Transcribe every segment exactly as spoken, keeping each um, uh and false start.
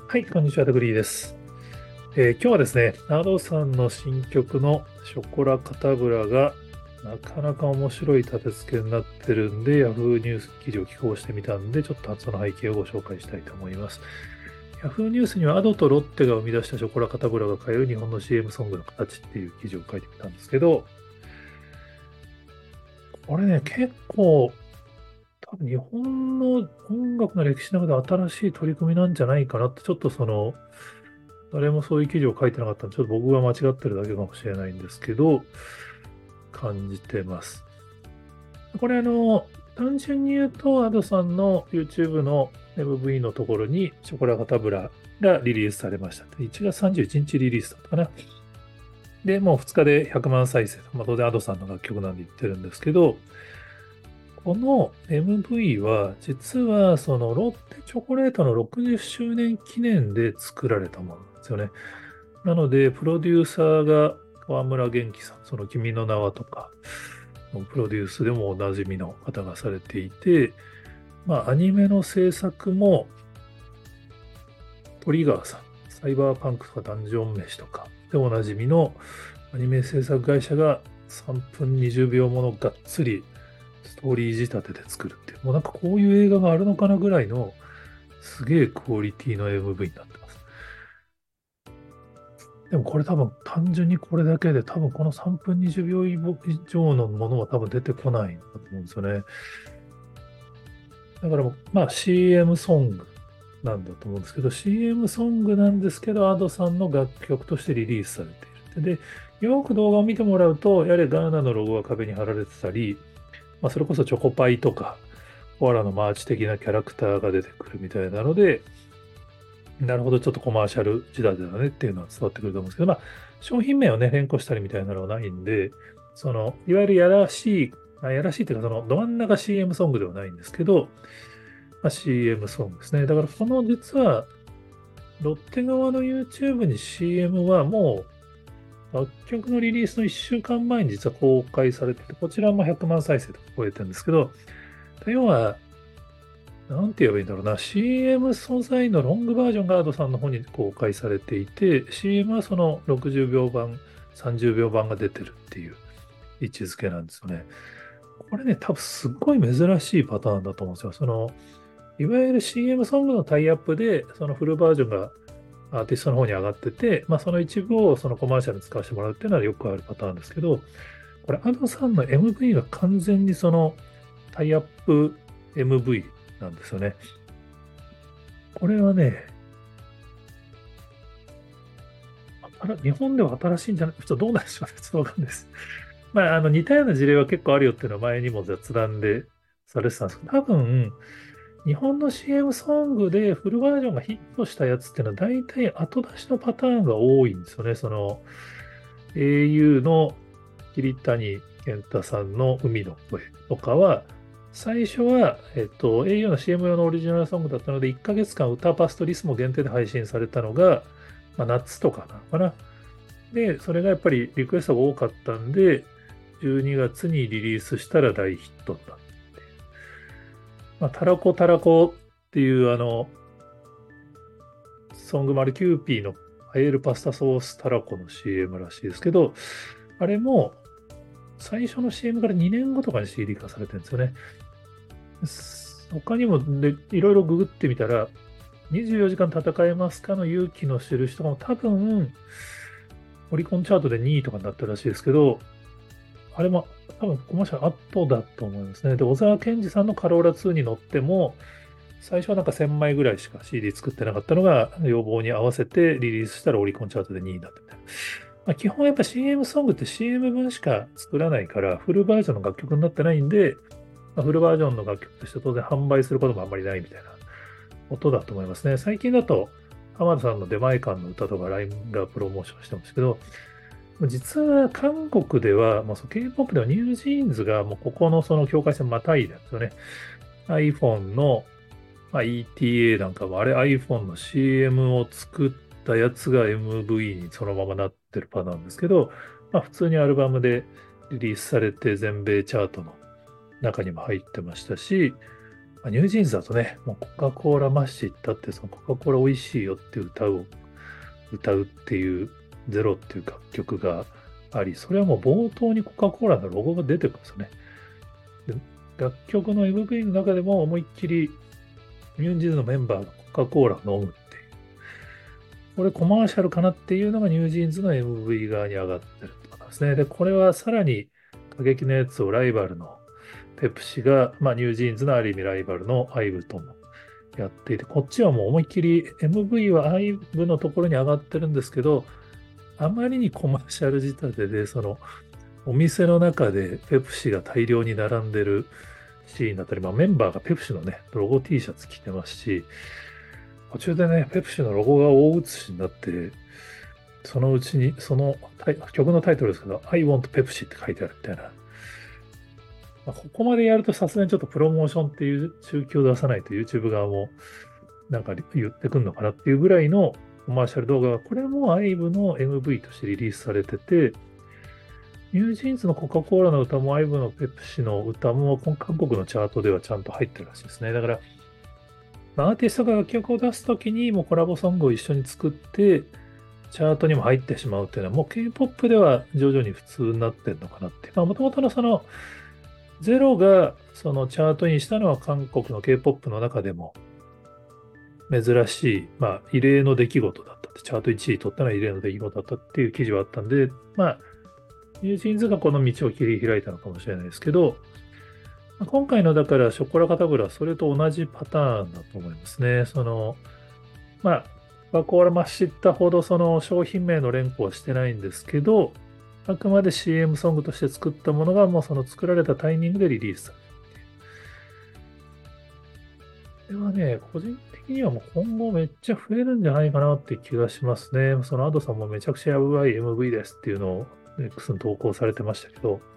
はい、こんにちは、タグリーです。えー今日はですね、Ado さんの新曲のショコラカタブラがなかなか面白い立て付けになってるんで、Yahoo ニュース記事を寄稿してみたんで、ちょっとその背景をご紹介したいと思います。Yahoo ニュースには Ado とロッテが生み出したショコラカタブラが変える日本の シーエム ソングの形っていう記事を書いてみたんですけど、これね、結構多分日本の音楽の歴史の中で新しい取り組みなんじゃないかなって、ちょっとその、誰もそういう記事を書いてなかったんで、ちょっと僕が間違ってるだけかもしれないんですけど、感じてます。これあの、単純に言うと、アドさんの YouTube の エムブイ のところに、ショコラカタブラがリリースされました。いちがつさんじゅういちにちリリースだったかな。で、もうふつかでひゃくまん再生。まあ、当然アドさんの楽曲なんで言ってるんですけど、この エムブイ は、実はそのロッテチョコレートのろくじゅっしゅうねん記念で作られたものなんですよね。なので、プロデューサーが川村元気さん、その君の名はとか、プロデュースでもおなじみの方がされていて、まあ、アニメの制作もトリガーさん、サイバーパンクとかダンジョン飯とかでおなじみのアニメ制作会社がさんぷんにじゅうびょうものがっつりストーリー仕立てで作るっていう、もうなんかこういう映画があるのかなぐらいのすげえクオリティの エムブイ になってます。でもこれ多分単純にこれだけで多分このさんぷんにじゅうびょう以上のものは多分出てこないんだと思うんですよね。だからまあ シーエム ソングなんだと思うんですけど、シーエム ソングなんですけど、Ado さんの楽曲としてリリースされている。で、よく動画を見てもらうと、やはりガーナのロゴが壁に貼られてたり、まあ、それこそチョコパイとか、コアラのマーチ的なキャラクターが出てくるみたいなので、なるほど、ちょっとコマーシャル時代だねっていうのは伝わってくると思うんですけど、まあ、商品名をね、変更したりみたいなのはないんで、その、いわゆるやらしい、あやらしいっていうか、その、ど真ん中 シーエム ソングではないんですけど、まあ、シーエム ソングですね。だから、この実は、ロッテ側の YouTube に シーエム はもう、楽曲のリリースのいっしゅうかんまえに実は公開されてて、こちらもひゃくまん再生とか超えてるんですけど、要は、なんて言えばいいんだろうな、シーエム 素材のロングバージョンが Ado さんの方に公開されていて、シーエム はそのろくじゅうびょうばん、さんじゅうびょうばんが出てるっていう位置づけなんですよね。これね、多分すっごい珍しいパターンだと思うんですよ。その、いわゆる シーエム ソングのタイアップで、そのフルバージョンがアーティストの方に上がってて、まあ、その一部をそのコマーシャルに使わせてもらうっていうのはよくあるパターンですけど、これ、Ado さんの エムブイ が完全にそのタイアップ エムブイ なんですよね。これはね、あら日本では新しいんじゃないちょっとどうなんでしょうね。ちょっとわかんないです。まあ、あの似たような事例は結構あるよっていうのは前にも雑談でされてたんですけど、多分、日本の シーエム ソングでフルバージョンがヒットしたやつっていうのは大体後出しのパターンが多いんですよね。その au の桐谷健太さんの海の声とかは、最初は、えっと、au の シーエム 用のオリジナルソングだったので、いっかげつかん歌パスとリスも限定で配信されたのが、まあ、夏とかなのかな。で、それがやっぱりリクエストが多かったんで、じゅうにがつにリリースしたら大ヒットだ。まあ、たらこたらこっていうあの、ソングマルキューピーのあえるパスタソースたらこの シーエム らしいですけど、あれも最初の シーエム からにねんごとかに シーディー 化されてるんですよね。他にもでいろいろググってみたら、にじゅうよじかん戦えますかの勇気の印とかも多分、オリコンチャートでにいとかになったらしいですけど、あれも多分コマーシャル後だと思いますね。で、小沢健二さんのカローラツーに乗っても、最初はなんかせんまいぐらいしか シーディー 作ってなかったのが、要望に合わせてリリースしたらオリコンチャートでにいになったみたいな。まあ、基本やっぱ シーエム ソングって シーエム 分しか作らないから、フルバージョンの楽曲になってないんで、まあ、フルバージョンの楽曲として当然販売することもあんまりないみたいなことだと思いますね。最近だと、浜田さんの出前館の歌とか ライン がプロモーションしてますけど、実は韓国では、まあ、K-ケーポップ ではニュージーンズがもうここのその境界線またいでるんですよね。iPhone の、まあ、イーティーエー なんかもあれ iPhone の シーエム を作ったやつが エムブイ にそのままなってるパターンですけど、まあ、普通にアルバムでリリースされて全米チャートの中にも入ってましたし、 まあ、ニュージーンズだとね、もうコカ・コーラマッシュ行ったって、そのコカ・コーラ美味しいよっていう歌を歌うっていうゼロっていう楽曲があり、それはもう冒頭にコカ・コーラのロゴが出てくるんですよね。で楽曲の エムブイ の中でも思いっきりニュージーンズのメンバーがコカ・コーラを飲むっていう。これコマーシャルかなっていうのがニュージーンズの エムブイ 側に上がってるってことですね。で、これはさらに過激なやつをライバルのペプシが、まあ、ニュージーンズのある意味ライバルのアイブともやっていて、こっちはもう思いっきり エムブイ はアイブのところに上がってるんですけど、あまりにコマーシャル仕立てで、そのお店の中でペプシが大量に並んでるシーンだったり、まあ、メンバーがペプシのね、ロゴ T シャツ着てますし、途中でね、ペプシのロゴが大写しになって、そのうちに、そのタイ曲のタイトルですけど、I want Pepsi って書いてあるみたいな。まあ、ここまでやるとさすがにちょっとプロモーションっていう中継を出さないと YouTube 側もなんか言ってくんのかなっていうぐらいのコマーシャル動画が、これも アイブ の エムブイ としてリリースされてて、ニュージーンズのコカ・コーラの歌も アイブ のペプシの歌も韓国のチャートではちゃんと入ってるらしいですね。だから、まあアーティストが楽曲を出すときにもうコラボソングを一緒に作って、チャートにも入ってしまうっていうのは、もう K-ポップ では徐々に普通になってるのかなって。まあ、もともとのその、ゼロがそのチャートにしたのは韓国の K-ポップ の中でも珍しい、まあ、異例の出来事だったって、チャートいちい取ったのは異例の出来事だったっていう記事はあったんで、まあ、ニュージーンズがこの道を切り開いたのかもしれないですけど、今回のだからショコラカタブラはそれと同じパターンだと思いますね。その、まあ、コカ・コーラマッシュったほどその商品名の連呼はしてないんですけど、あくまで シーエム ソングとして作ったものがもうその作られたタイミングでリリースされる。これはね、個人的にはもう今後めっちゃ増えるんじゃないかなって気がしますね。そのアドさんもめちゃくちゃやばい エムブイ ですっていうのを X に投稿されてましたけど、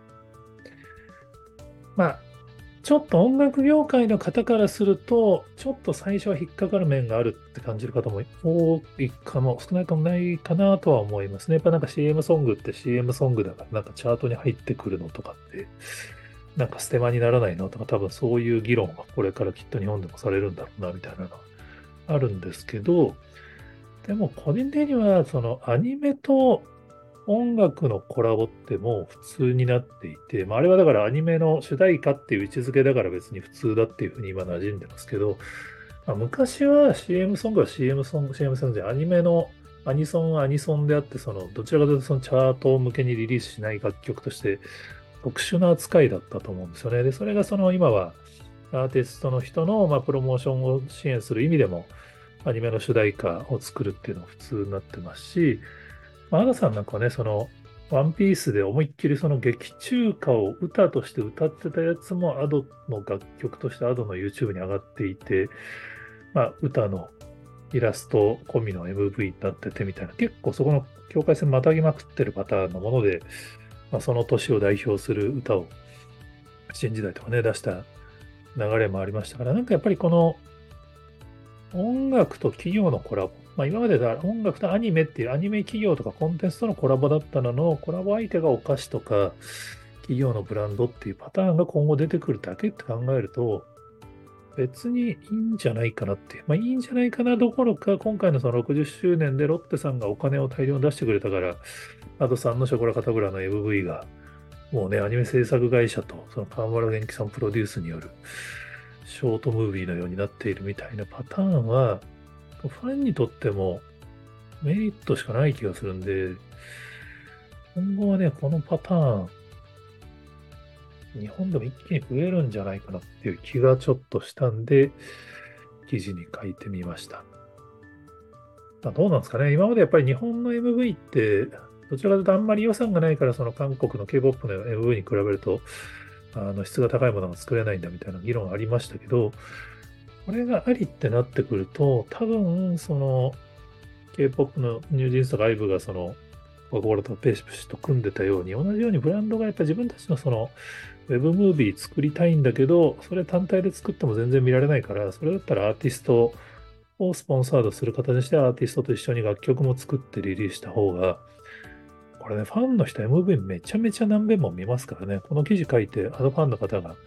まあ、ちょっと音楽業界の方からすると、ちょっと最初は引っかかる面があるって感じる方も多いかも、少ないかもないかなとは思いますね。やっぱなんか シーエム ソングって シーエム ソングだから、なんかチャートに入ってくるのとかって、なんかステマにならないのとか、多分そういう議論がこれからきっと日本でもされるんだろうな、みたいなのがあるんですけど、でも個人的には、そのアニメと音楽のコラボってもう普通になっていて、まあ、あれはだからアニメの主題歌っていう位置づけだから別に普通だっていうふうに今馴染んでますけど、まあ、昔は シーエム ソングは シーエム ソング、シーエム ソングでアニメのアニソンはアニソンであって、そのどちらかというとそのチャート向けにリリースしない楽曲として特殊な扱いだったと思うんですよね。で、それがその今はアーティストの人のまあプロモーションを支援する意味でもアニメの主題歌を作るっていうのが普通になってますし、まあ、アナさんなんかはね、その、ワンピースで思いっきりその劇中歌を歌として歌ってたやつも、アドの楽曲としてアドの YouTube に上がっていて、まあ、歌のイラスト込みの エムブイ になっててみたいな、結構そこの境界線またぎまくってるパターンのもので、まあ、その年を代表する歌を、新時代とかね、出した流れもありましたから、なんかやっぱりこの音楽と企業のコラボ。まあ、今までだ音楽とアニメっていうアニメ企業とかコンテンツとのコラボだったのの、コラボ相手がお菓子とか企業のブランドっていうパターンが今後出てくるだけって考えると、別にいいんじゃないかなっていう。まあいいんじゃないかなどころか、今回のそのろくじゅっしゅうねんでロッテさんがお金を大量に出してくれたから、アドさんのショコラカタブラの エムブイ が、もうね、アニメ制作会社と、その川村元気さんプロデュースによる、ショートムービーのようになっているみたいなパターンは、ファンにとってもメリットしかない気がするんで、今後はね、このパターン、日本でも一気に増えるんじゃないかなっていう気がちょっとしたんで、記事に書いてみました。まあ、どうなんですかね。今までやっぱり日本の エムブイ って、どちらかというとあんまり予算がないから、その韓国の K-ポップ の エムブイ に比べると、あの質が高いものが作れないんだみたいな議論ありましたけど、これがありってなってくると、多分、その、K-ポップ のニュージーンズとか アイブ がその、コカ・コーラとペシペシと組んでたように、同じようにブランドがやっぱ自分たちのその、ウェブムービー作りたいんだけど、それ単体で作っても全然見られないから、それだったらアーティストをスポンサードする形にしてアーティストと一緒に楽曲も作ってリリースした方が、これね、ファンの人 エムブイ めちゃめちゃ何遍も見ますからね、この記事書いて、アドファンの方が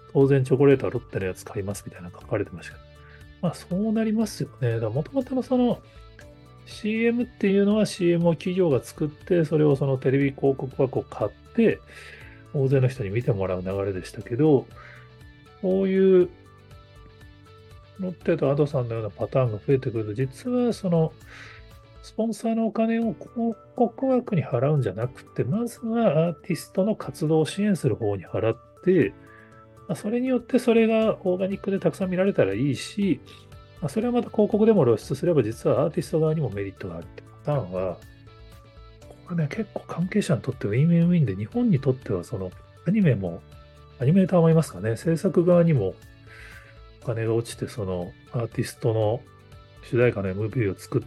当然チョコレートはロッテのやつ買いますみたいなの書かれてましたけど、まあそうなりますよね。だからもともとのその シーエム っていうのは シーエム を企業が作って、それをそのテレビ広告箱を買って、大勢の人に見てもらう流れでしたけど、こういうロッテとアドさんのようなパターンが増えてくると、実はそのスポンサーのお金を広告枠に払うんじゃなくて、まずはアーティストの活動を支援する方に払って、まあそれによってそれがオーガニックでたくさん見られたらいいし、まあそれはまた広告でも露出すれば、実はアーティスト側にもメリットがあるってパターンは、これね、結構関係者にとってはウィンウィンウィンで、日本にとってはそのアニメも、アニメーターもいますかね、制作側にもお金が落ちて、そのアーティストの主題歌の エムブイ を作って、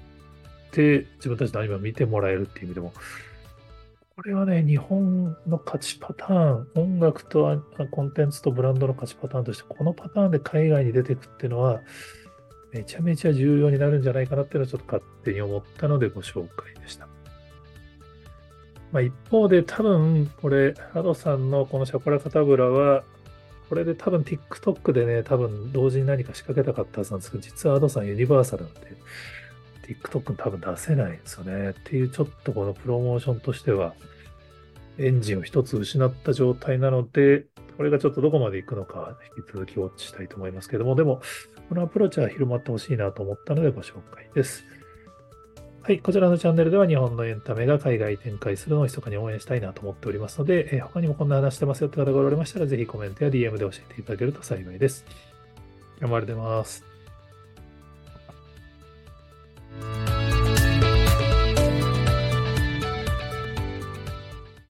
自分たちのアニメを見てもらえるっていう意味でも、これはね、日本の勝ちパターン、音楽とあコンテンツとブランドの勝ちパターンとして、このパターンで海外に出ていくっていうのは、めちゃめちゃ重要になるんじゃないかなっていうのはちょっと勝手に思ったのでご紹介でした。まあ、一方で多分、これ、ハドさんのこのシャコラカタブラは、これで多分 TikTok でね、多分同時に何か仕掛けたかったはずなんですけど、実はアドさんユニバーサルなんで、TikTok に多分出せないんですよね。っていうちょっとこのプロモーションとしては、エンジンを一つ失った状態なので、これがちょっとどこまで行くのか、引き続きウォッチしたいと思いますけども、でも、このアプローチは広まってほしいなと思ったのでご紹介です。はい、こちらのチャンネルでは日本のエンタメが海外展開するのを密かに応援したいなと思っておりますので、えー他にもこんな話してますよって方がおられましたら、ぜひコメントや ディーエム で教えていただけると幸いです。今日もありがとうございます。